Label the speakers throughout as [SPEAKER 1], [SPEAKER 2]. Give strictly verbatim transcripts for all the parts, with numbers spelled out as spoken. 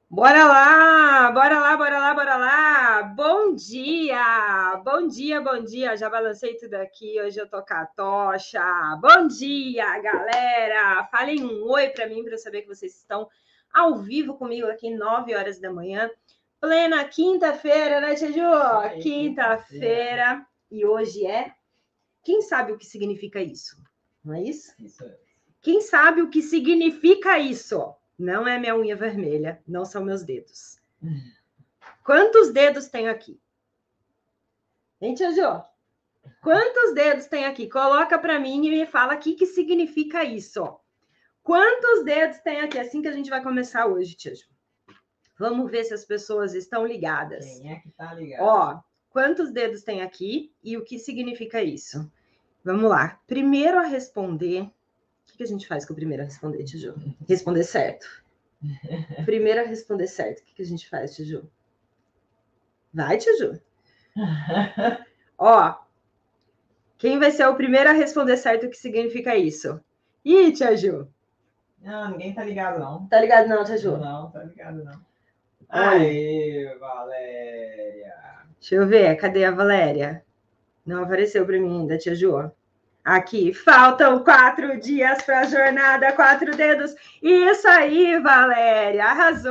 [SPEAKER 1] Bora lá, bora lá, bora lá, bora lá. Bom dia, bom dia, bom dia. Já balancei tudo aqui, hoje eu tô com a tocha. Bom dia, galera. Falem um oi para mim para eu saber que vocês estão ao vivo comigo aqui, nove horas da manhã. Plena quinta-feira, né, Tia Ju? Quinta-feira. E hoje é... Quem sabe o que significa isso? Não é isso?
[SPEAKER 2] Isso é.
[SPEAKER 1] Quem sabe o que significa isso? Não é minha unha vermelha, não são meus dedos. Quantos dedos tem aqui? Hein, Tia Jo? Quantos dedos tem aqui? Coloca para mim e me fala o que, que significa isso. Quantos dedos tem aqui? Assim que a gente vai começar hoje, Tia Jo. Vamos ver se as pessoas estão ligadas.
[SPEAKER 2] Quem é que tá ligado?
[SPEAKER 1] Ó, quantos dedos tem aqui e o que significa isso? Vamos lá. Primeiro a responder... O que a gente faz com o primeiro a responder, Tia Jo? Responder certo. Primeiro a responder certo. O que a gente faz, Tia Jo? Vai, Tia Jo. Ó, quem vai ser o primeiro a responder certo o que significa isso? Ih, Tia Ju.
[SPEAKER 2] Não, ninguém tá ligado, não.
[SPEAKER 1] Tá ligado não, Tia Ju?
[SPEAKER 2] Não, tá ligado, não.
[SPEAKER 1] Olha.
[SPEAKER 2] Aê, Valéria.
[SPEAKER 1] Deixa eu ver, cadê a Valéria? Não apareceu pra mim ainda, Tia Ju. Aqui, faltam quatro dias para a jornada, quatro dedos. Isso aí, Valéria, arrasou!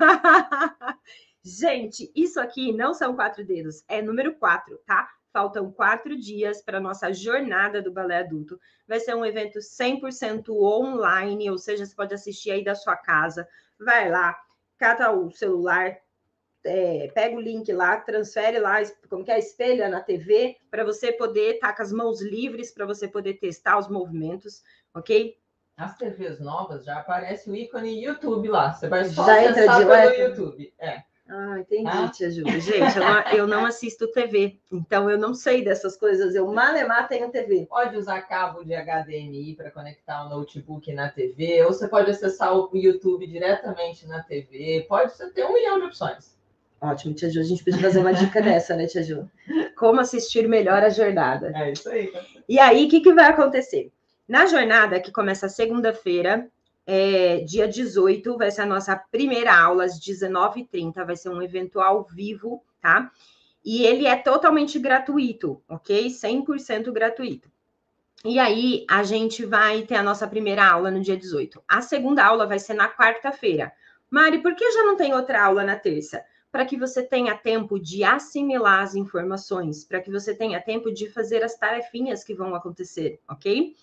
[SPEAKER 1] Gente, isso aqui não são quatro dedos, é número quatro, tá? Faltam quatro dias para a nossa jornada do Balé Adulto. Vai ser um evento cem por cento online, ou seja, você pode assistir aí da sua casa. Vai lá, cata o celular, É, pega o link lá, transfere lá, como que é, espelha na T V, para você poder estar tá com as mãos livres, para você poder testar os movimentos, ok?
[SPEAKER 2] As T Vs novas já aparece o ícone YouTube lá. Você vai só
[SPEAKER 1] já entra
[SPEAKER 2] acessar
[SPEAKER 1] direto
[SPEAKER 2] pelo YouTube. É.
[SPEAKER 1] Ah, entendi,
[SPEAKER 2] Ah?
[SPEAKER 1] Tia Ju. Gente, eu não, eu não assisto T V, então eu não sei dessas coisas. Eu malemar tenho T V.
[SPEAKER 2] Pode usar cabo de H D M I para conectar o notebook na T V, ou você pode acessar o YouTube diretamente na T V. Pode ter um milhão de opções.
[SPEAKER 1] Ótimo, Tia Ju. A gente podia fazer uma dica dessa, né, Tia Ju? Como assistir melhor a jornada.
[SPEAKER 2] É isso aí. Tá?
[SPEAKER 1] E aí, o que, que vai acontecer? Na jornada, que começa segunda-feira, é, dia dezoito, vai ser a nossa primeira aula, às dezenove e trinta, vai ser um evento ao vivo, tá? E ele é totalmente gratuito, ok? cem por cento gratuito. E aí, a gente vai ter a nossa primeira aula no dia dezoito. A segunda aula vai ser na quarta-feira. Mari, por que já não tem outra aula na terça? Para que você tenha tempo de assimilar as informações, para que você tenha tempo de fazer as tarefinhas que vão acontecer, ok?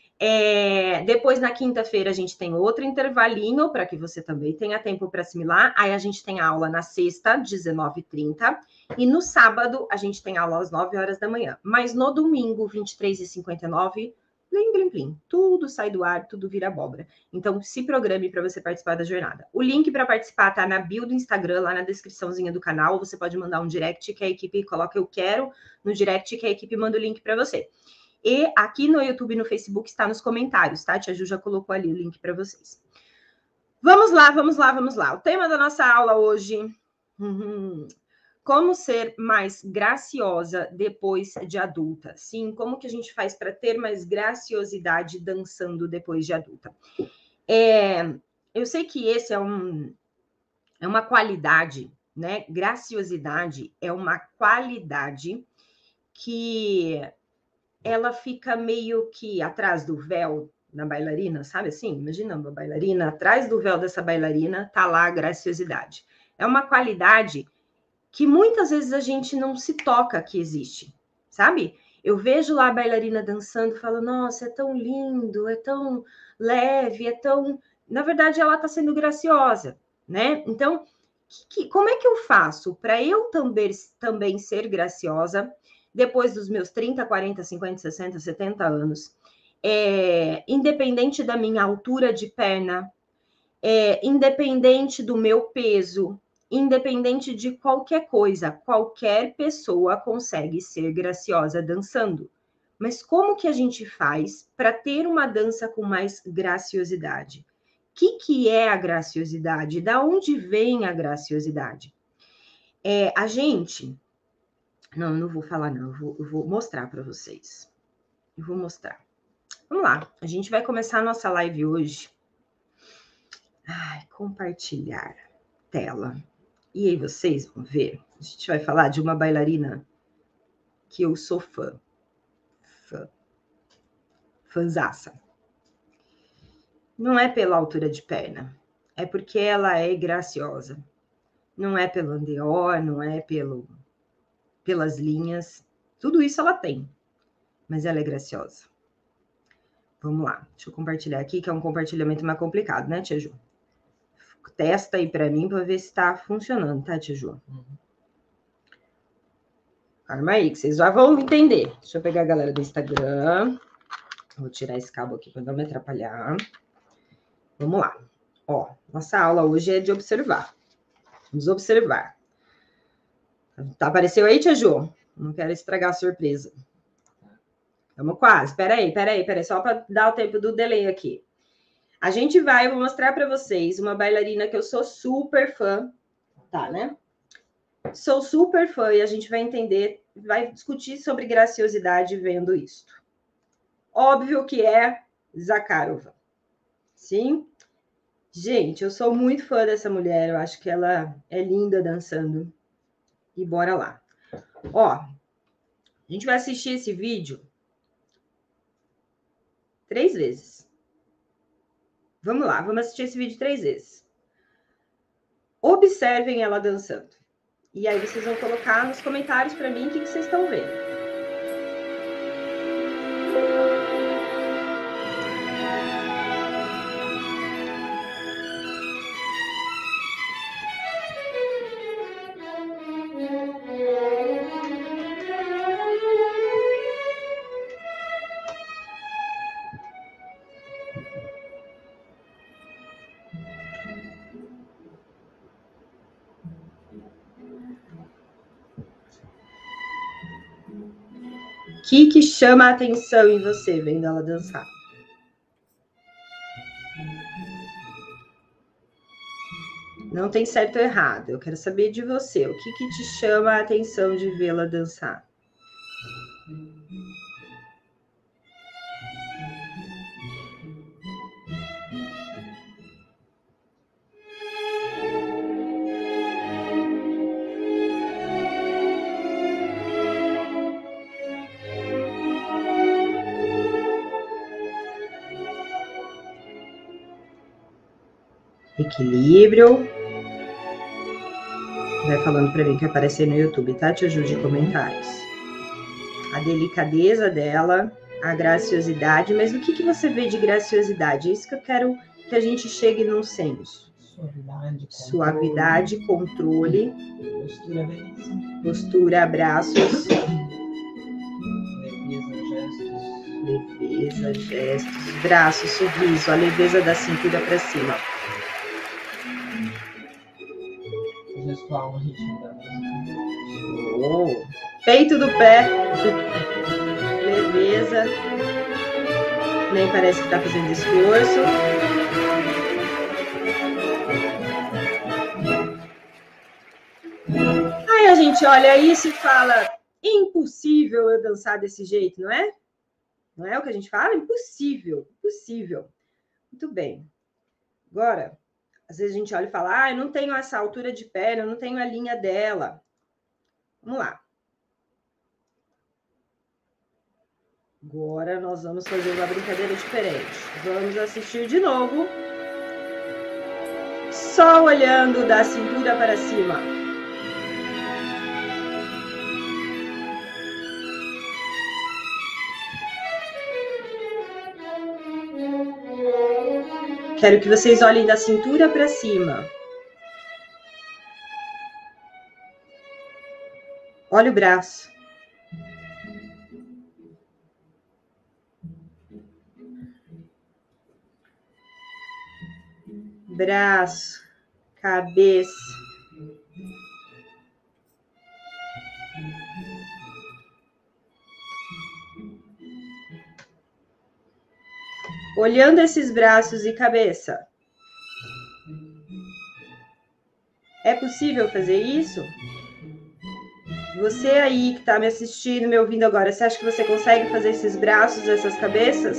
[SPEAKER 1] É, depois, na quinta-feira, a gente tem outro intervalinho para que você também tenha tempo para assimilar. Aí a gente tem aula na sexta, dezenove e trinta. E no sábado, a gente tem aula às nove horas da manhã. Mas no domingo, vinte e três e cinquenta e nove, plim, plim, plim. Tudo sai do ar, tudo vira abóbora. Então, se programe para você participar da jornada. O link para participar está na bio do Instagram, lá na descriçãozinha do canal. Você pode mandar um direct que a equipe coloca eu quero no direct que a equipe manda o link para você. E aqui no YouTube e no Facebook está nos comentários, tá? A Tia Ju já colocou ali o link para vocês. Vamos lá, vamos lá, vamos lá. O tema da nossa aula hoje... Uhum. Como ser mais graciosa depois de adulta? Sim, como que a gente faz para ter mais graciosidade dançando depois de adulta? É, eu sei que esse é, um, é uma qualidade, né? Graciosidade é uma qualidade que ela fica meio que atrás do véu da bailarina, sabe assim? Imagina uma bailarina, atrás do véu dessa bailarina tá lá a graciosidade. É uma qualidade que muitas vezes a gente não se toca que existe, sabe? Eu vejo lá a bailarina dançando e falo, nossa, é tão lindo, é tão leve, é tão... Na verdade, ela tá sendo graciosa, né? Então, que, que, como é que eu faço para eu também, também ser graciosa depois dos meus trinta, quarenta, cinquenta, sessenta, setenta anos, é, independente da minha altura de perna, é, independente do meu peso, independente de qualquer coisa, qualquer pessoa consegue ser graciosa dançando. Mas como que a gente faz para ter uma dança com mais graciosidade? O que, que é a graciosidade? Da onde vem a graciosidade? É, a gente... Não, não vou falar não, eu vou, eu vou mostrar para vocês. Eu vou mostrar. Vamos lá, a gente vai começar a nossa live hoje. Ai, compartilhar. tela. E aí vocês vão ver. A gente vai falar de uma bailarina que eu sou fã. Fã. Fãzaça. Não é pela altura de perna. É porque ela é graciosa. Não é pelo andeor, não é pelo, pelas linhas. Tudo isso ela tem. Mas ela é graciosa. Vamos lá. Deixa eu compartilhar aqui, que é um compartilhamento mais complicado, né, Tia Ju? Testa aí pra mim pra ver se tá funcionando, tá, Tia Ju? Uhum. Calma aí, que vocês já vão entender. Deixa eu pegar a galera do Instagram. Vou tirar esse cabo aqui para não me atrapalhar. Vamos lá. Ó, nossa aula hoje é de observar. Vamos observar. Tá, apareceu aí, Tia Ju? Não quero estragar a surpresa. Vamos quase. Peraí, peraí, peraí. Só para dar o tempo do delay aqui. A gente vai, eu vou mostrar para vocês uma bailarina que eu sou super fã. Tá, né? Sou super fã e a gente vai entender, vai discutir sobre graciosidade vendo isto. Óbvio que é Zakharova. Sim? Gente, eu sou muito fã dessa mulher. Eu acho que ela é linda dançando. E bora lá. Ó, a gente vai assistir esse vídeo três vezes. Vamos lá, vamos assistir esse vídeo três vezes. Observem ela dançando. E aí vocês vão colocar nos comentários para mim o que vocês estão vendo. O que, que chama a atenção em você vendo ela dançar? Não tem certo ou errado. Eu quero saber de você. O que, que te chama a atenção de vê-la dançar? Equilíbrio. Vai falando para mim que vai aparecer no YouTube, tá? Te ajude em comentários. A delicadeza dela, a graciosidade. Mas o que, que você vê de graciosidade? É isso que eu quero que a gente chegue num senso.
[SPEAKER 2] Suavidade,
[SPEAKER 1] Suavidade, controle.
[SPEAKER 2] Postura, beleza.
[SPEAKER 1] Postura, abraços.
[SPEAKER 2] Leveza, gestos.
[SPEAKER 1] Leveza, gestos. Braço, sorriso. A leveza da cintura para cima.
[SPEAKER 2] Gestual no ritmo da música.
[SPEAKER 1] Oh. Peito do pé. Leveza. Nem parece que tá fazendo esforço. Aí a gente olha isso e fala: impossível eu dançar desse jeito, não é? Não é o que a gente fala? Impossível, impossível. Muito bem. Agora, às vezes a gente olha e fala: ah, eu não tenho essa altura de perna, eu não tenho a linha dela. Vamos lá. Agora nós vamos fazer uma brincadeira diferente. Vamos assistir de novo. Só olhando da cintura para cima. Quero que vocês olhem da cintura para cima. Olha o braço. Braço, cabeça. Olhando esses braços e cabeça. É possível fazer isso? Você aí que está me assistindo, me ouvindo agora, você acha que você consegue fazer esses braços, essas cabeças?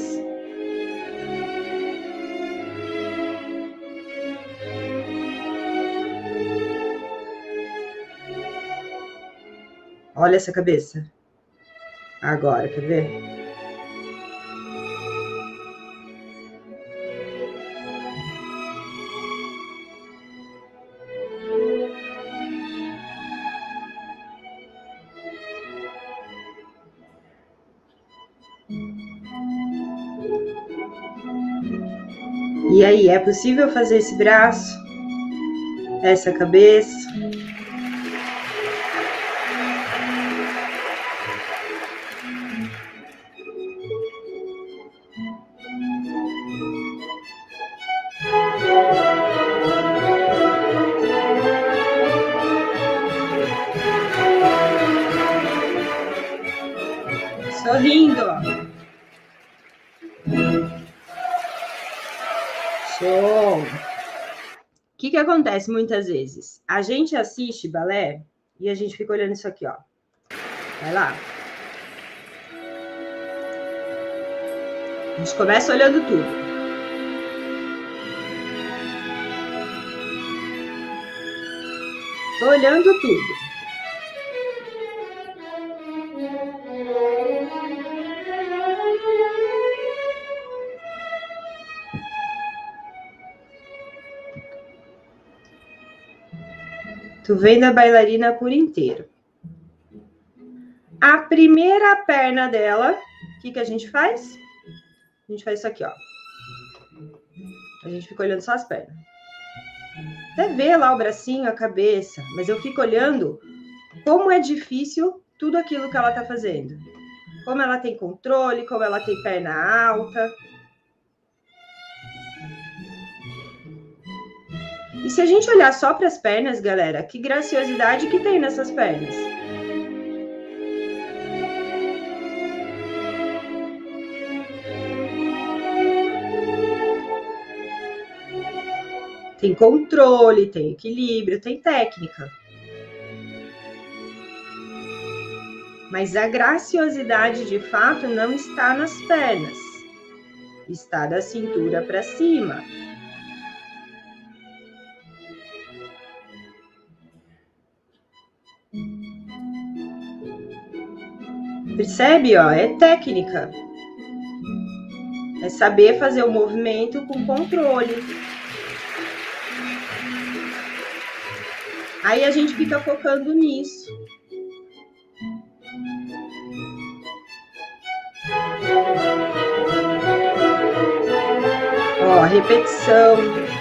[SPEAKER 1] Olha essa cabeça. Agora, quer ver? E aí, é possível fazer esse braço? Essa cabeça? Sorrindo, ó. Show! O que que acontece muitas vezes? A gente assiste balé e a gente fica olhando isso aqui, ó. Vai lá. A gente começa olhando tudo. Tô olhando tudo. Tu vendo a bailarina por inteiro. A primeira perna dela, o que que a gente faz? A gente faz isso aqui, ó. A gente fica olhando só as pernas. Até ver lá o bracinho, a cabeça, mas eu fico olhando como é difícil tudo aquilo que ela tá fazendo. Como ela tem controle, como ela tem perna alta. E se a gente olhar só para as pernas, galera, que graciosidade que tem nessas pernas. Tem controle, tem equilíbrio, tem técnica. Mas a graciosidade, de fato, não está nas pernas. Está da cintura para cima. Percebe, ó? É técnica. É saber fazer o movimento com controle. Aí a gente fica focando nisso. Ó, repetição.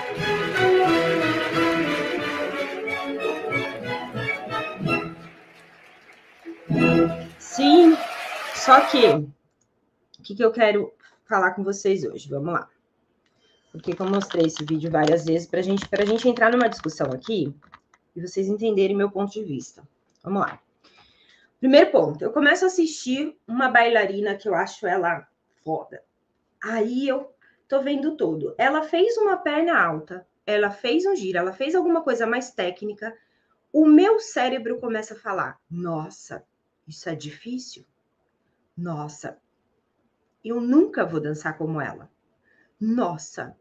[SPEAKER 1] Sim, só que o que, que eu quero falar com vocês hoje? Vamos lá. Porque eu mostrei esse vídeo várias vezes para gente, a gente entrar numa discussão aqui e vocês entenderem meu ponto de vista. Vamos lá. Primeiro ponto, eu começo a assistir uma bailarina que eu acho ela foda. Aí eu tô vendo todo. Ela fez uma perna alta, ela fez um giro, ela fez alguma coisa mais técnica. O meu cérebro começa a falar, nossa, isso é difícil? Nossa, eu nunca vou dançar como ela. Nossa,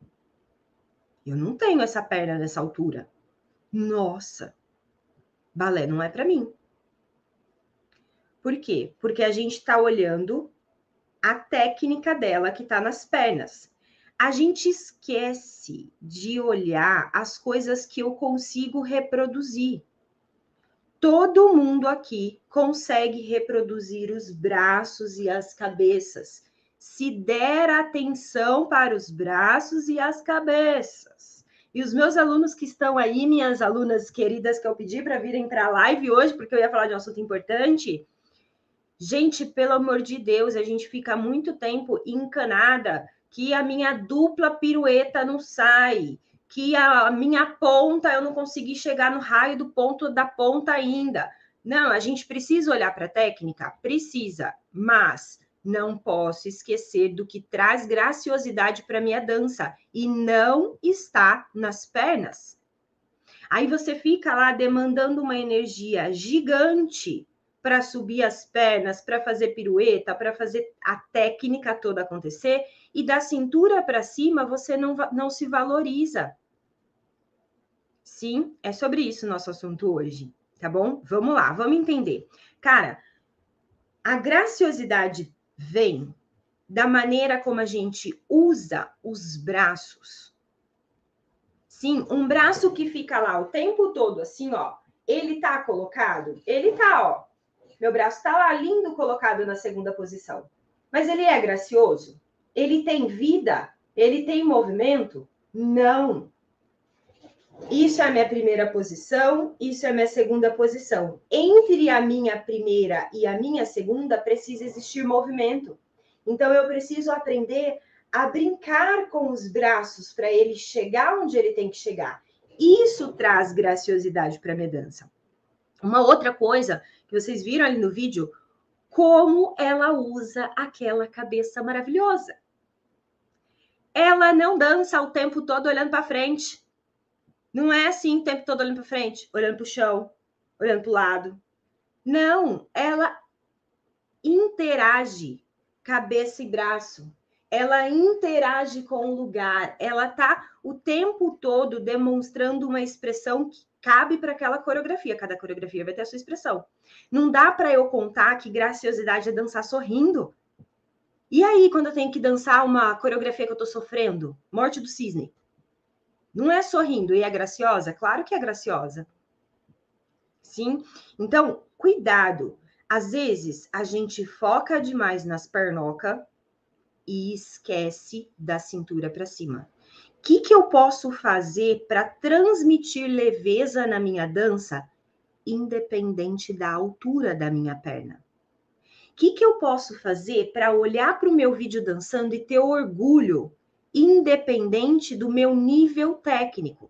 [SPEAKER 1] eu não tenho essa perna nessa altura. Nossa, balé não é para mim. Por quê? Porque a gente está olhando a técnica dela que está nas pernas. A gente esquece de olhar as coisas que eu consigo reproduzir. Todo mundo aqui consegue reproduzir os braços e as cabeças, se der atenção para os braços e as cabeças. E os meus alunos que estão aí, minhas alunas queridas que eu pedi para virem para a live hoje, porque eu ia falar de um assunto importante. Gente, pelo amor de Deus, a gente fica muito tempo encanada que a minha dupla pirueta não sai, que a minha ponta, eu não consegui chegar no raio do ponto da ponta ainda. Não, a gente precisa olhar para a técnica? Precisa, mas não posso esquecer do que traz graciosidade para minha dança, e não está nas pernas. Aí você fica lá demandando uma energia gigante para subir as pernas, para fazer pirueta, para fazer a técnica toda acontecer, e da cintura para cima você não, não se valoriza. Sim, é sobre isso o nosso assunto hoje. tá bom? Vamos lá, vamos entender. Cara, a graciosidade vem da maneira como a gente usa os braços. Sim, um braço que fica lá o tempo todo assim, ó, ele tá colocado? Ele tá, ó. Meu braço tá lá lindo colocado na segunda posição. Mas ele é gracioso? Ele tem vida? Ele tem movimento? Não. Isso é a minha primeira posição, isso é a minha segunda posição. Entre a minha primeira e a minha segunda precisa existir movimento. Então eu preciso aprender a brincar com os braços para ele chegar onde ele tem que chegar. Isso traz graciosidade para a minha dança. Uma outra coisa que vocês viram ali no vídeo, como ela usa aquela cabeça maravilhosa. Ela não dança o tempo todo olhando para frente. Não é assim o tempo todo olhando para frente, olhando para o chão, olhando para o lado. Não, ela interage cabeça e braço. Ela interage com o lugar. Ela tá o tempo todo demonstrando uma expressão que cabe para aquela coreografia. Cada coreografia vai ter a sua expressão. Não dá para eu contar que graciosidade é dançar sorrindo. E aí, quando eu tenho que dançar uma coreografia que eu tô sofrendo? Morte do cisne. Não é sorrindo e é graciosa? Claro que é graciosa. Sim? Então, cuidado. Às vezes, a gente foca demais nas pernocas e esquece da cintura para cima. O que, que eu posso fazer para transmitir leveza na minha dança, independente da altura da minha perna? O que, que eu posso fazer para olhar para o meu vídeo dançando e ter orgulho, independente do meu nível técnico?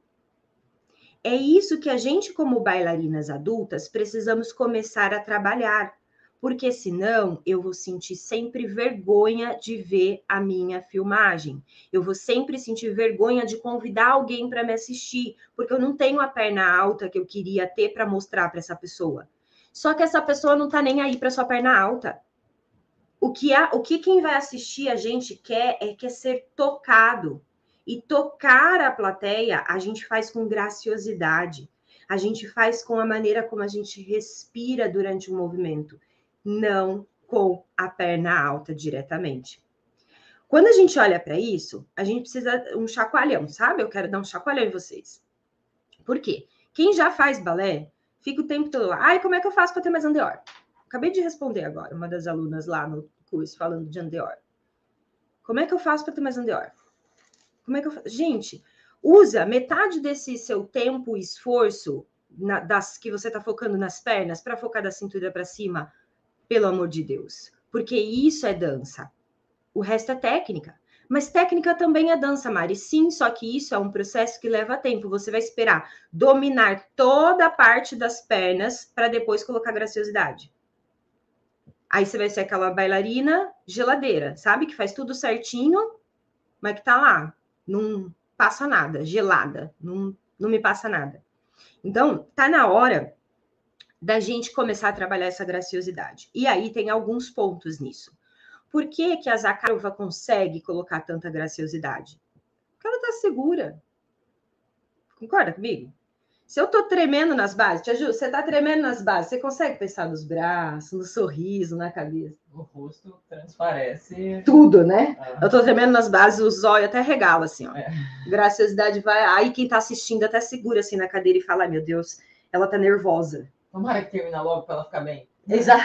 [SPEAKER 1] É isso que a gente, como bailarinas adultas, precisamos começar a trabalhar, porque senão eu vou sentir sempre vergonha de ver a minha filmagem. Eu vou sempre sentir vergonha de convidar alguém para me assistir, porque eu não tenho a perna alta que eu queria ter para mostrar para essa pessoa. Só que essa pessoa não está nem aí para sua perna alta. O que, a, o que quem vai assistir a gente quer é quer ser tocado. E tocar a plateia a gente faz com graciosidade. A gente faz com a maneira como a gente respira durante o movimento. Não com a perna alta diretamente. Quando a gente olha para isso, a gente precisa um chacoalhão, sabe? Eu quero dar um chacoalhão em vocês. Por quê? Quem já faz balé, fica o tempo todo lá. Ai, como é que eu faço para ter mais andeor? Acabei de responder agora, uma das alunas lá no curso falando de andeor. Como é que eu faço para ter mais andeor? Como é que eu faço? Gente, usa metade desse seu tempo e esforço na, das, que você está focando nas pernas para focar da cintura para cima, pelo amor de Deus. Porque isso é dança. O resto é técnica. Mas técnica também é dança, Mari. Sim, só que isso é um processo que leva tempo. Você vai esperar dominar toda a parte das pernas para depois colocar graciosidade. Aí você vai ser aquela bailarina geladeira, sabe? Que faz tudo certinho, mas que tá lá. Não passa nada, gelada. Não, não me passa nada. Então, tá na hora da gente começar a trabalhar essa graciosidade. E aí tem alguns pontos nisso. Por que que a Zakharova consegue colocar tanta graciosidade? Porque ela tá segura. Concorda comigo? Se eu tô tremendo nas bases, Tia Ju, você tá tremendo nas bases, você consegue pensar nos braços, no sorriso, na cabeça?
[SPEAKER 2] O rosto transparece.
[SPEAKER 1] Tudo, né?
[SPEAKER 2] Ah.
[SPEAKER 1] Eu tô tremendo nas bases, o zóio até regala, assim, ó.
[SPEAKER 2] É.
[SPEAKER 1] Graciosidade vai... Aí quem tá assistindo até segura, assim, na cadeira e fala, ai, meu Deus, ela tá nervosa.
[SPEAKER 2] Tomara que termine logo pra ela ficar bem.
[SPEAKER 1] Exato.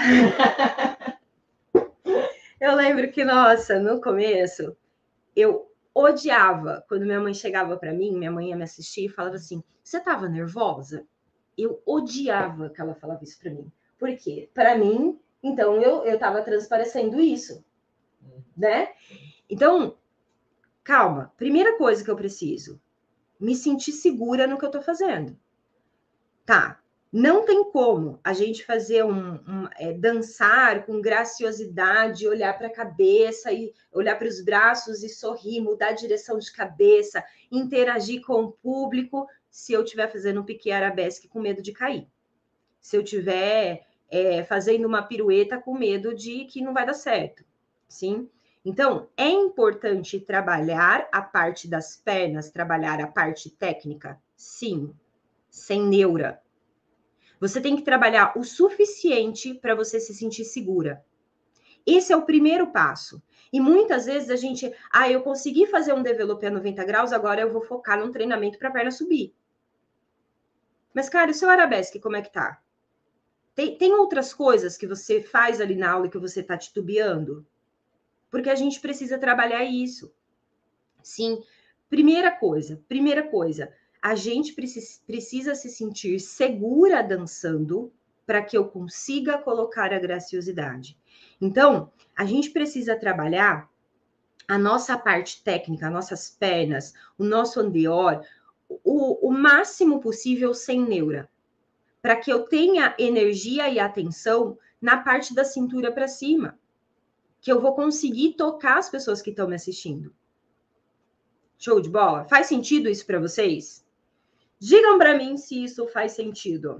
[SPEAKER 1] Eu lembro que, nossa, no começo, eu odiava quando minha mãe chegava para mim, minha mãe ia me assistir e falava assim, você tava nervosa? Eu odiava que ela falava isso para mim. Por quê? Para mim, então, eu, eu tava transparecendo isso, né? Então, calma. Primeira coisa que eu preciso, me sentir segura no que eu tô fazendo. Tá. Não tem como a gente fazer um, um é, dançar com graciosidade, olhar para a cabeça e olhar para os braços e sorrir, mudar a direção de cabeça, interagir com o público, se eu estiver fazendo um piqué arabesque com medo de cair. Se eu estiver é, fazendo uma pirueta com medo de que não vai dar certo, sim? Então, é importante trabalhar a parte das pernas, trabalhar a parte técnica? Sim, sem neura. Você tem que trabalhar o suficiente para você se sentir segura. Esse é o primeiro passo. E muitas vezes a gente, ah, eu consegui fazer um develop a noventa graus, agora eu vou focar num treinamento para a perna subir. Mas, cara, o seu arabesque, como é que tá? Tem, tem outras coisas que você faz ali na aula que você tá titubeando? Porque a gente precisa trabalhar isso. Sim, primeira coisa, primeira coisa, a gente precisa, precisa se sentir segura dançando para que eu consiga colocar a graciosidade. Então, a gente precisa trabalhar a nossa parte técnica, as nossas pernas, o nosso andeor, o, o máximo possível sem neura, para que eu tenha energia e atenção na parte da cintura para cima, que eu vou conseguir tocar as pessoas que estão me assistindo. Show de bola? Faz sentido isso para vocês? Digam para mim se isso faz sentido.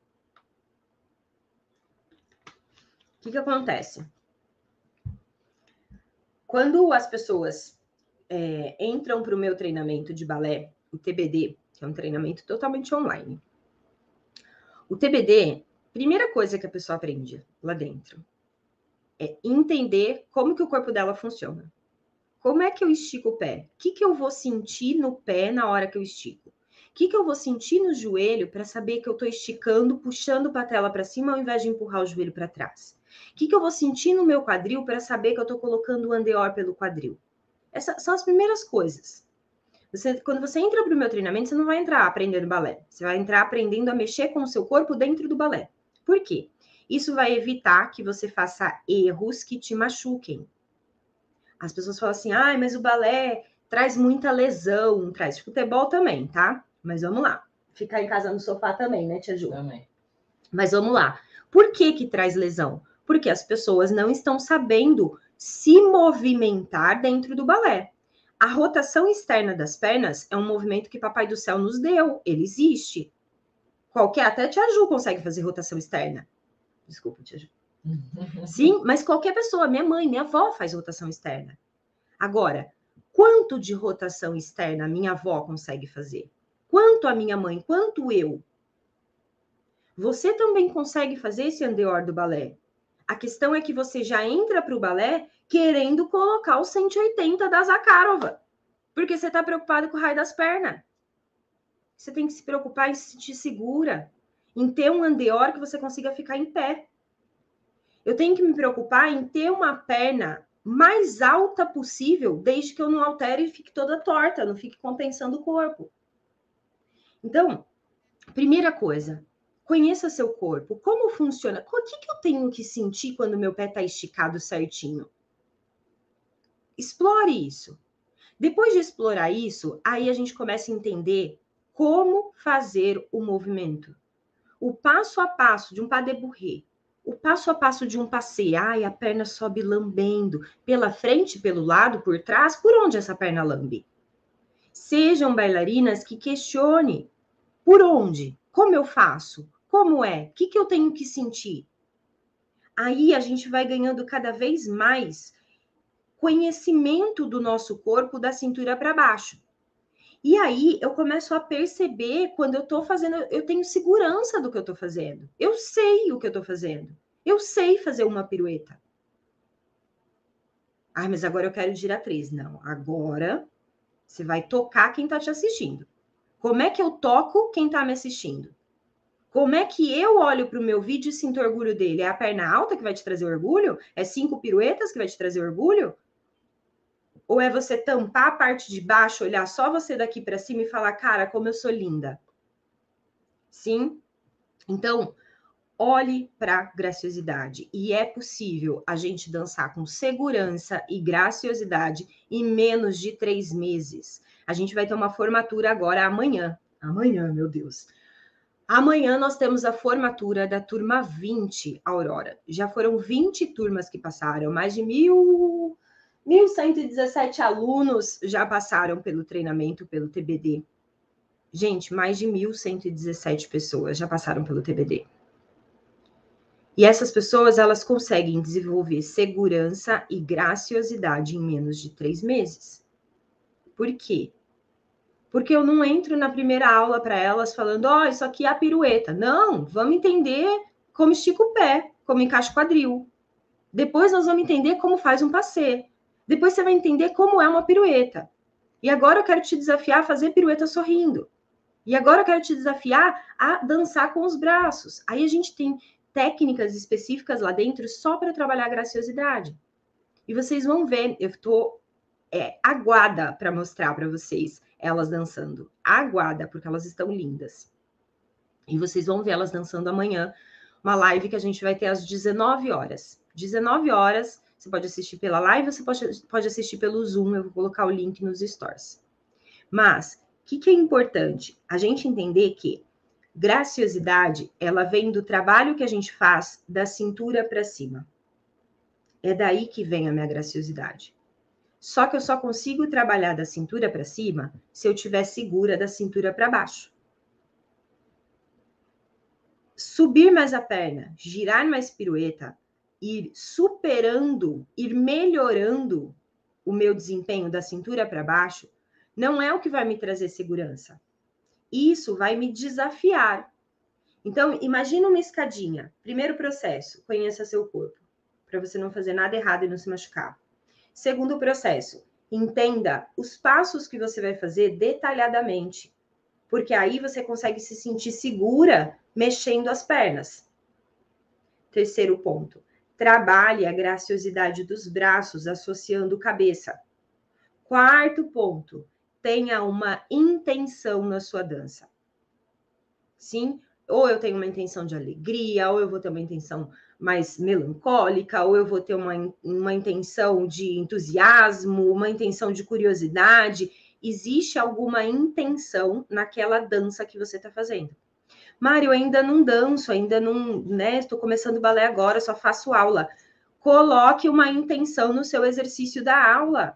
[SPEAKER 1] O que que acontece? Quando as pessoas é, entram para o meu treinamento de balé, o T B D, que é um treinamento totalmente online. O T B D, primeira coisa que a pessoa aprende lá dentro é entender como que o corpo dela funciona. Como é que eu estico o pé? O que que eu vou sentir no pé na hora que eu estico? O que que eu vou sentir no joelho para saber que eu estou esticando, puxando a patela para cima ao invés de empurrar o joelho para trás? O que que eu vou sentir no meu quadril para saber que eu estou colocando o andeor pelo quadril? Essas são as primeiras coisas. Você, quando você entra para o meu treinamento, você não vai entrar aprendendo balé. Você vai entrar aprendendo a mexer com o seu corpo dentro do balé. Por quê? Isso vai evitar que você faça erros que te machuquem. As pessoas falam assim, ah, mas o balé traz muita lesão, traz futebol também, tá? Mas vamos lá. Ficar em casa no sofá também, né, Tia Ju?
[SPEAKER 2] Também.
[SPEAKER 1] Mas vamos lá. Por que que traz lesão? Porque as pessoas não estão sabendo se movimentar dentro do balé. A rotação externa das pernas é um movimento que Papai do Céu nos deu. Ele existe. Qualquer, até Tia Ju consegue fazer rotação externa. Desculpa, Tia Ju. Sim, mas qualquer pessoa, minha mãe, minha avó faz rotação externa. Agora, quanto de rotação externa a minha avó consegue fazer? Quanto a minha mãe? Quanto eu? Você também consegue fazer esse andeor do balé. A questão é que você já entra para o balé querendo colocar o cento e oitenta da Zakharova, porque você está preocupado com o raio das pernas. Você tem que se preocupar em se sentir segura, em ter um andeor que você consiga ficar em pé. Eu tenho que me preocupar em ter uma perna mais alta possível, desde que eu não altere e fique toda torta, não fique compensando o corpo. Então, primeira coisa, conheça seu corpo. Como funciona? O que, que eu tenho que sentir quando meu pé está esticado certinho? Explore isso. Depois de explorar isso, aí a gente começa a entender como fazer o movimento. O passo a passo de um pas de bourrée. O passo a passo de um passeio, ai, a perna sobe lambendo, pela frente, pelo lado, por trás, por onde essa perna lambe? Sejam bailarinas que questione, por onde? Como eu faço? Como é? O que, que eu tenho que sentir? Aí a gente vai ganhando cada vez mais conhecimento do nosso corpo da cintura para baixo. E aí eu começo a perceber quando eu tô fazendo, eu tenho segurança do que eu tô fazendo. Eu sei o que eu tô fazendo. Eu sei fazer uma pirueta. Ah, mas agora eu quero giratriz. Não, agora você vai tocar quem tá te assistindo. Como é que eu toco quem tá me assistindo? Como é que eu olho para o meu vídeo e sinto orgulho dele? É a perna alta que vai te trazer orgulho? É cinco piruetas que vai te trazer orgulho? Ou é você tampar a parte de baixo, olhar só você daqui para cima e falar, cara, como eu sou linda? Sim? Então, olhe para graciosidade. E é possível a gente dançar com segurança e graciosidade em menos de três meses. A gente vai ter uma formatura agora amanhã. Amanhã, meu Deus. Amanhã nós temos a formatura da turma vinte, Aurora. Já foram vinte turmas que passaram, mais de mil... mil cento e dezessete alunos já passaram pelo treinamento, pelo T B D. Gente, mais de mil cento e dezessete pessoas já passaram pelo T B D. E essas pessoas, elas conseguem desenvolver segurança e graciosidade em menos de três meses. Por quê? Porque eu não entro na primeira aula para elas falando, ó, oh, isso aqui é a pirueta. Não, vamos entender como estica o pé, como encaixa o quadril. Depois nós vamos entender como faz um passê. Depois você vai entender como é uma pirueta. E agora eu quero te desafiar a fazer pirueta sorrindo. E agora eu quero te desafiar a dançar com os braços. Aí a gente tem técnicas específicas lá dentro só para trabalhar a graciosidade. E vocês vão ver, eu estou é, aguada para mostrar para vocês elas dançando. Aguada, porque elas estão lindas. E vocês vão ver elas dançando amanhã, uma live que a gente vai ter às dezenove horas. dezenove horas, você pode assistir pela live, você pode, pode assistir pelo Zoom, eu vou colocar o link nos stories. Mas, o que, que é importante? A gente entender que graciosidade, ela vem do trabalho que a gente faz da cintura para cima. É daí que vem a minha graciosidade. Só que eu só consigo trabalhar da cintura para cima se eu estiver segura da cintura para baixo. Subir mais a perna, girar mais pirueta, ir superando, ir melhorando o meu desempenho da cintura para baixo, não é o que vai me trazer segurança. Isso vai me desafiar. Então, imagina uma escadinha. Primeiro processo, conheça seu corpo, para você não fazer nada errado e não se machucar. Segundo processo, entenda os passos que você vai fazer detalhadamente, porque aí você consegue se sentir segura mexendo as pernas. Terceiro ponto, trabalhe a graciosidade dos braços associando cabeça. Quarto ponto, tenha uma intenção na sua dança. Sim, ou eu tenho uma intenção de alegria, ou eu vou ter uma intenção mais melancólica, ou eu vou ter uma, uma intenção de entusiasmo, uma intenção de curiosidade. Existe alguma intenção naquela dança que você está fazendo. Mário, eu ainda não danço, ainda não, né? Estou começando balé agora, só faço aula. Coloque uma intenção no seu exercício da aula.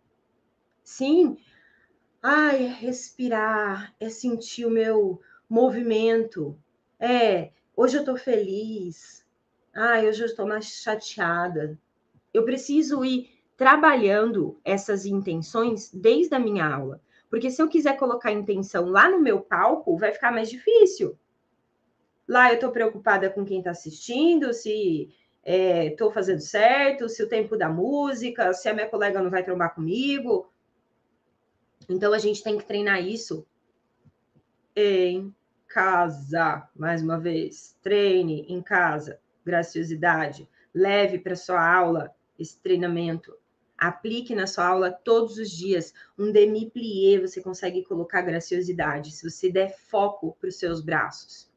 [SPEAKER 1] Sim. Ai, é respirar, é sentir o meu movimento. É, hoje eu tô feliz. Ai, hoje eu estou mais chateada. Eu preciso ir trabalhando essas intenções desde a minha aula. Porque se eu quiser colocar intenção lá no meu palco, vai ficar mais difícil. Lá eu tô preocupada com quem tá assistindo, se é, tô fazendo certo, se o tempo da música, se a minha colega não vai trombar comigo. Então, a gente tem que treinar isso em casa. Mais uma vez, treine em casa. Graciosidade. Leve para sua aula esse treinamento. Aplique na sua aula todos os dias. Um demi-plié você consegue colocar graciosidade, se você der foco para os seus braços.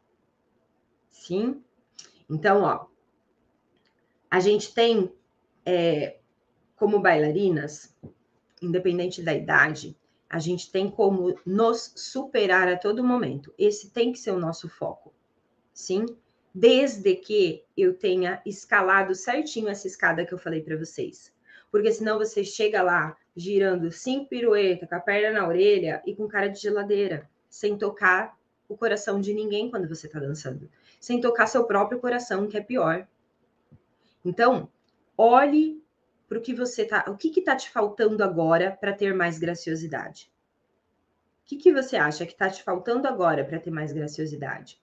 [SPEAKER 1] Sim? Então, ó, a gente tem, é, como bailarinas, independente da idade, a gente tem como nos superar a todo momento. Esse tem que ser o nosso foco, sim? Desde que eu tenha escalado certinho essa escada que eu falei para vocês. Porque senão você chega lá girando cinco piruetas, com a perna na orelha e com cara de geladeira, sem tocar o coração de ninguém quando você está dançando. Sem tocar seu próprio coração, que é pior. Então, olhe para o que você tá, o que está te faltando agora para ter mais graciosidade? O que, que você acha que está te faltando agora para ter mais graciosidade?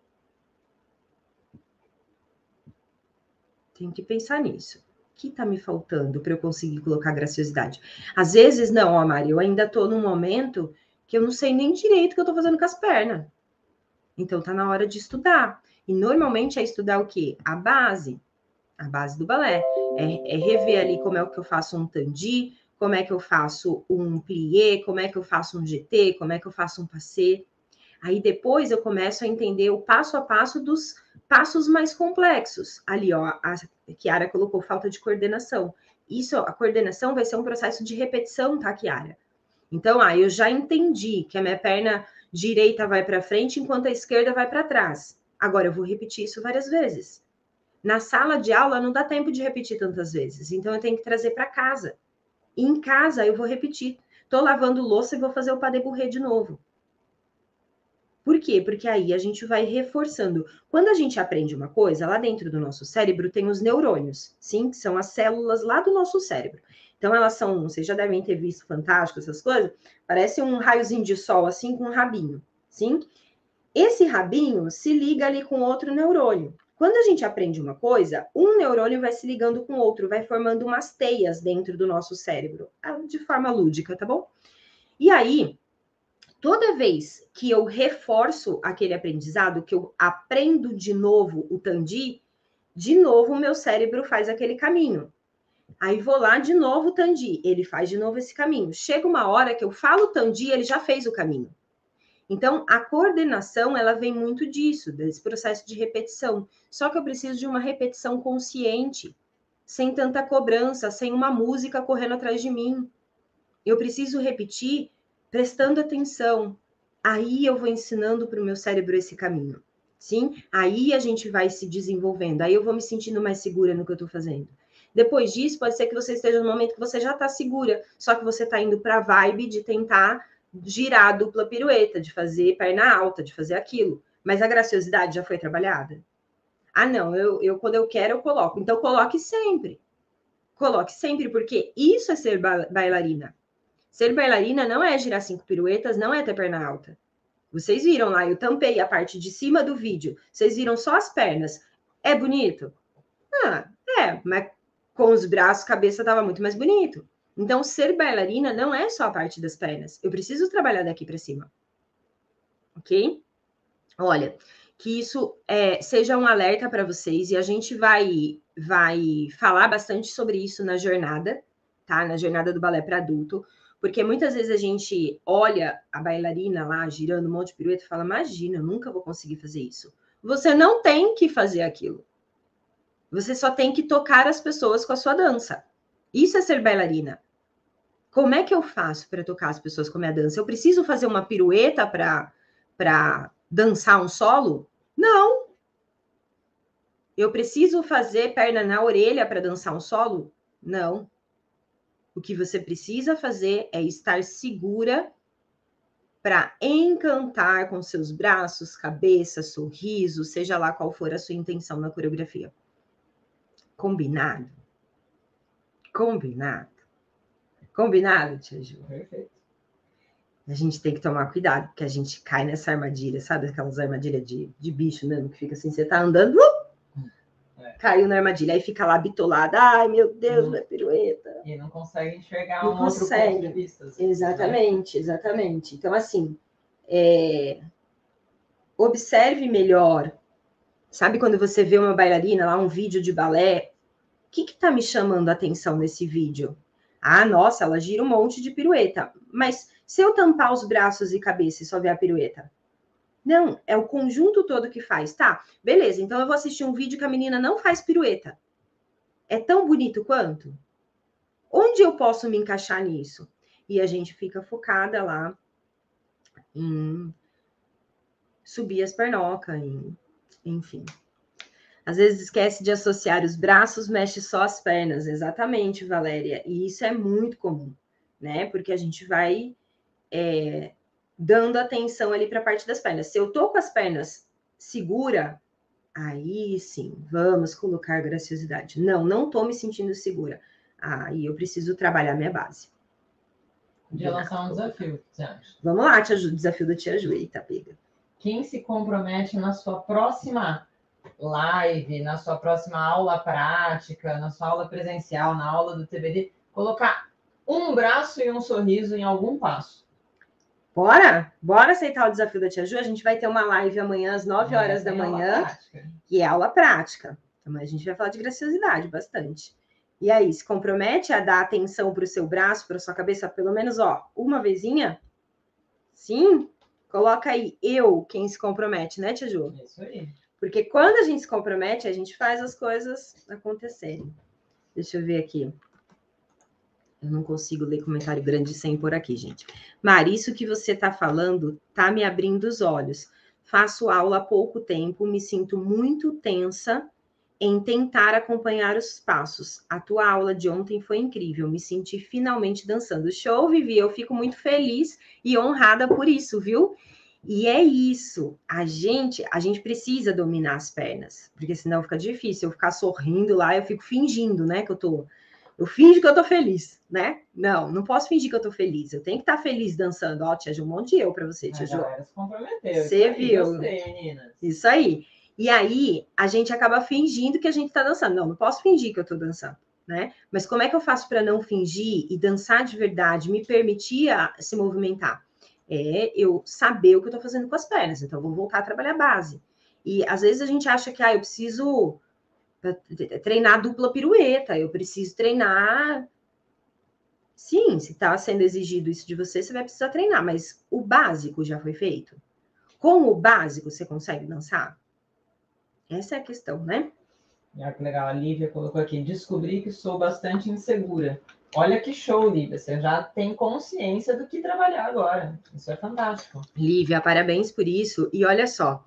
[SPEAKER 1] Tem que pensar nisso. O que está me faltando para eu conseguir colocar graciosidade? Às vezes, não, ó, Mari, eu ainda estou num momento que eu não sei nem direito o que eu estou fazendo com as pernas. Então, tá na hora de estudar. E normalmente é estudar o quê? A base. A base do balé. É, é rever ali como é que eu faço um tandi, como é que eu faço um plié, como é que eu faço um G T, como é que eu faço um passé. Aí depois eu começo a entender o passo a passo dos passos mais complexos. Ali, ó, a Kiara colocou falta de coordenação. Isso, a coordenação vai ser um processo de repetição, tá, Kiara? Então, ah, eu já entendi que a minha perna direita vai para frente enquanto a esquerda vai para trás. Agora eu vou repetir isso várias vezes. Na sala de aula não dá tempo de repetir tantas vezes, então eu tenho que trazer para casa. E em casa eu vou repetir. Tô lavando louça e vou fazer o pas de bourrée de novo. Por quê? Porque aí a gente vai reforçando. Quando a gente aprende uma coisa, lá dentro do nosso cérebro tem os neurônios, sim? Que são as células lá do nosso cérebro. Então, elas são, vocês já devem ter visto Fantástico, essas coisas, parece um raiozinho de sol, assim, com um rabinho, sim? Esse rabinho se liga ali com outro neurônio. Quando a gente aprende uma coisa, um neurônio vai se ligando com o outro, vai formando umas teias dentro do nosso cérebro, de forma lúdica, tá bom? E aí, toda vez que eu reforço aquele aprendizado, que eu aprendo de novo o Tandi, de novo o meu cérebro faz aquele caminho. Aí vou lá de novo o Tandi, ele faz de novo esse caminho. Chega uma hora que eu falo Tandi, ele já fez o caminho. Então, a coordenação, ela vem muito disso, desse processo de repetição. Só que eu preciso de uma repetição consciente, sem tanta cobrança, sem uma música correndo atrás de mim. Eu preciso repetir prestando atenção. Aí eu vou ensinando para o meu cérebro esse caminho. Sim? Aí a gente vai se desenvolvendo. Aí eu vou me sentindo mais segura no que eu estou fazendo. Depois disso, pode ser que você esteja no momento que você já está segura, só que você está indo para a vibe de tentar girar a dupla pirueta, de fazer perna alta, de fazer aquilo. Mas a graciosidade já foi trabalhada? Ah, não, eu, eu quando eu quero, eu coloco. Então, coloque sempre. Coloque sempre, porque isso é ser ba- bailarina. Ser bailarina não é girar cinco piruetas, não é ter perna alta. Vocês viram lá, eu tampei a parte de cima do vídeo. Vocês viram só as pernas. É bonito? Ah, é, mas com os braços, cabeça estava muito mais bonito. Então, ser bailarina não é só a parte das pernas. Eu preciso trabalhar daqui para cima. Ok? Olha, que isso é, seja um alerta para vocês e a gente vai, vai falar bastante sobre isso na jornada, tá? Na jornada do balé para adulto, porque muitas vezes a gente olha a bailarina lá girando um monte de pirueta e fala: imagina, eu nunca vou conseguir fazer isso. Você não tem que fazer aquilo. Você só tem que tocar as pessoas com a sua dança. Isso é ser bailarina. Como é que eu faço para tocar as pessoas com a minha dança? Eu preciso fazer uma pirueta para para dançar um solo? Não. Eu preciso fazer perna na orelha para dançar um solo? Não. O que você precisa fazer é estar segura para encantar com seus braços, cabeça, sorriso, seja lá qual for a sua intenção na coreografia. Combinado? Combinado. Combinado, Tia Ju?
[SPEAKER 2] Perfeito.
[SPEAKER 1] A gente tem que tomar cuidado, porque a gente cai nessa armadilha, sabe? Aquelas armadilhas de, de bicho mesmo, que fica assim, você tá andando, uh, é. Caiu na armadilha, aí fica lá bitolada, ai meu Deus, minha pirueta.
[SPEAKER 2] E não consegue enxergar
[SPEAKER 1] não
[SPEAKER 2] um
[SPEAKER 1] consegue.
[SPEAKER 2] outro ponto de vista. Assim,
[SPEAKER 1] exatamente, né? exatamente. Então, assim, é... observe melhor. Sabe quando você vê uma bailarina lá, um vídeo de balé, o que que tá me chamando a atenção nesse vídeo? Ah, nossa, ela gira um monte de pirueta. Mas se eu tampar os braços e cabeça e só ver a pirueta? Não, é o conjunto todo que faz. Tá, beleza, então eu vou assistir um vídeo que a menina não faz pirueta. É tão bonito quanto? Onde eu posso me encaixar nisso? E a gente fica focada lá em subir as pernocas, em... enfim. Às vezes esquece de associar os braços, mexe só as pernas. Exatamente, Valéria. E isso é muito comum, né? Porque a gente vai é, dando atenção ali para a parte das pernas. Se eu tô com as pernas segura, aí sim, vamos colocar graciosidade. Não, não tô me sentindo segura. Aí eu preciso trabalhar minha base.
[SPEAKER 2] Podia lançar um desafio, você acha?
[SPEAKER 1] Vamos lá, tia Ju, desafio da tia Ju. Eita, pega.
[SPEAKER 2] Quem se compromete na sua próxima live, na sua próxima aula prática, na sua aula presencial, na aula do T B D, colocar um braço e um sorriso em algum passo?
[SPEAKER 1] Bora? Bora aceitar o desafio da tia Ju? A gente vai ter uma live amanhã às nove horas da manhã. E é aula prática. Então, a gente vai falar de graciosidade bastante. E aí, se compromete a dar atenção para o seu braço, para a sua cabeça, pelo menos, ó, uma vezinha? Sim? Coloca aí, eu, quem se compromete, né, tia Ju?
[SPEAKER 2] Isso aí.
[SPEAKER 1] Porque quando a gente se compromete, a gente faz as coisas acontecerem. Deixa eu ver aqui. Eu não consigo ler comentário grande sem por aqui, gente. Mari, isso que você está falando está me abrindo os olhos. Faço aula há pouco tempo, me sinto muito tensa em tentar acompanhar os passos. A tua aula de ontem foi incrível, me senti finalmente dançando. Show, Vivi, eu fico muito feliz e honrada por isso, viu? E é isso, a gente, a gente precisa dominar as pernas, porque senão fica difícil eu ficar sorrindo lá, eu fico fingindo, né, que eu tô, eu finjo que eu tô feliz, né? Não, não posso fingir que eu tô feliz, eu tenho que estar feliz dançando. Ó, tia Ju, um monte de eu pra você, tia Ju. Você viu?
[SPEAKER 2] Gostei, meninas.
[SPEAKER 1] Isso aí. E aí, a gente acaba fingindo que a gente tá dançando. Não, não posso fingir que eu tô dançando, né? Mas como é que eu faço para não fingir e dançar de verdade, me permitir a, se movimentar? É eu saber o que eu tô fazendo com as pernas. Então, eu vou voltar a trabalhar a base. E às vezes a gente acha que ah, eu preciso treinar dupla pirueta, eu preciso treinar. Sim, se está sendo exigido isso de você, você vai precisar treinar, mas o básico já foi feito. Com o básico, você consegue dançar? Essa é a questão, né?
[SPEAKER 2] Ah, que legal, a Lívia colocou aqui, descobri que sou bastante insegura. Olha que show, Lívia, você já tem consciência do que trabalhar agora. Isso é fantástico.
[SPEAKER 1] Lívia, parabéns por isso. E olha só,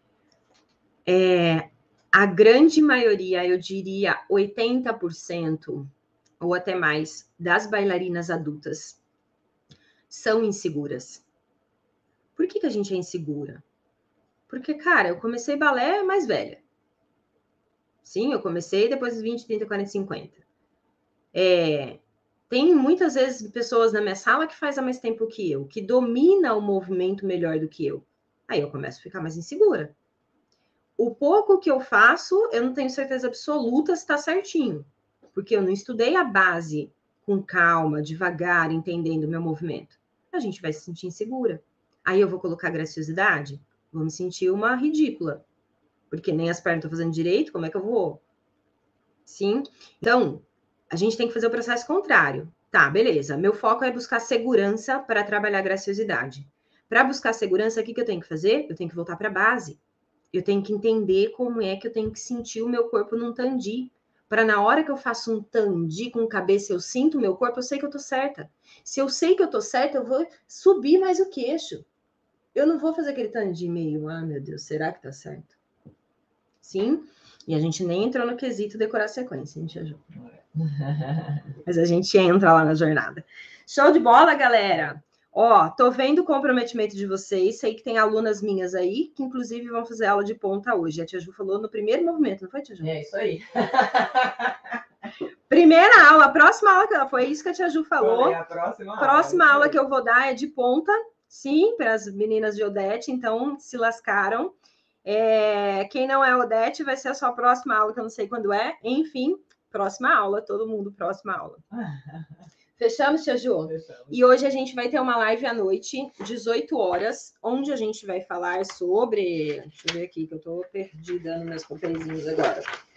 [SPEAKER 1] é, a grande maioria, eu diria oitenta por cento ou até mais, das bailarinas adultas são inseguras. Por que que a gente é insegura? Porque, cara, eu comecei balé mais velha. Sim, eu comecei depois dos vinte, trinta, quarenta, cinquenta. É, tem muitas vezes pessoas na minha sala que faz há mais tempo que eu, que domina o movimento melhor do que eu. Aí eu começo a ficar mais insegura. O pouco que eu faço, eu não tenho certeza absoluta se está certinho, porque eu não estudei a base com calma, devagar, entendendo o meu movimento. A gente vai se sentir insegura. Aí eu vou colocar graciosidade, vou me sentir uma ridícula, porque nem as pernas estão fazendo direito, como é que eu vou? Sim? Então, a gente tem que fazer o processo contrário. Tá, beleza. Meu foco é buscar segurança para trabalhar graciosidade. Para buscar segurança, o que, que eu tenho que fazer? Eu tenho que voltar para a base. Eu tenho que entender como é que eu tenho que sentir o meu corpo num tandi. Para na hora que eu faço um tandi com cabeça, eu sinto o meu corpo, eu sei que eu tô certa. Se eu sei que eu tô certa, eu vou subir mais o queixo. Eu não vou fazer aquele tandi meio, ah, meu Deus, será que tá certo? Sim? E a gente nem entrou no quesito decorar a sequência, a gente ajuda. Mas a gente entra lá na jornada. Show de bola, galera! Ó, tô vendo o comprometimento de vocês. Sei que tem alunas minhas aí, que inclusive vão fazer aula de ponta hoje. A tia Ju falou no primeiro movimento, não foi, tia Ju?
[SPEAKER 2] É isso aí.
[SPEAKER 1] Primeira aula, a próxima aula que ela foi isso que a tia Ju falou.
[SPEAKER 2] Foi a próxima,
[SPEAKER 1] próxima
[SPEAKER 2] aula,
[SPEAKER 1] aula que eu vou dar é de ponta, sim, para as meninas de Odete, então se lascaram. É, quem não é Odete vai ser a sua próxima aula, que eu não sei quando é. Enfim, próxima aula, todo mundo, próxima aula. Fechamos, tia Ju? Fechamos. E hoje a gente vai ter uma live à noite, dezoito horas, onde a gente vai falar sobre... Deixa eu ver aqui, que eu tô perdida nos meus papeizinhos agora.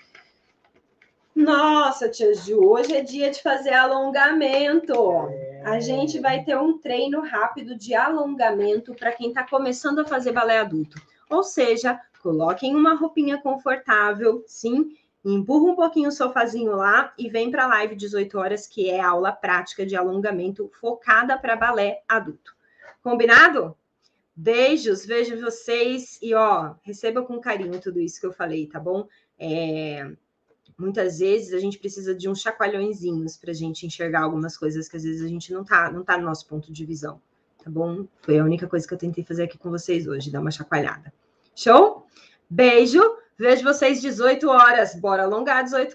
[SPEAKER 1] Nossa, tia Ju, hoje é dia de fazer alongamento. É. A gente vai ter um treino rápido de alongamento para quem está começando a fazer balé adulto. Ou seja, coloquem uma roupinha confortável, sim, empurra um pouquinho o sofazinho lá e vem para a live dezoito horas, que é a aula prática de alongamento focada para balé adulto. Combinado? Beijos, vejo vocês e, ó, receba com carinho tudo isso que eu falei, tá bom? É... Muitas vezes a gente precisa de uns chacoalhõezinhos para a gente enxergar algumas coisas que às vezes a gente não tá, não tá no nosso ponto de visão, tá bom? Foi a única coisa que eu tentei fazer aqui com vocês hoje, dar uma chacoalhada. Show? Beijo, vejo vocês dezoito horas. Bora alongar dezoito horas.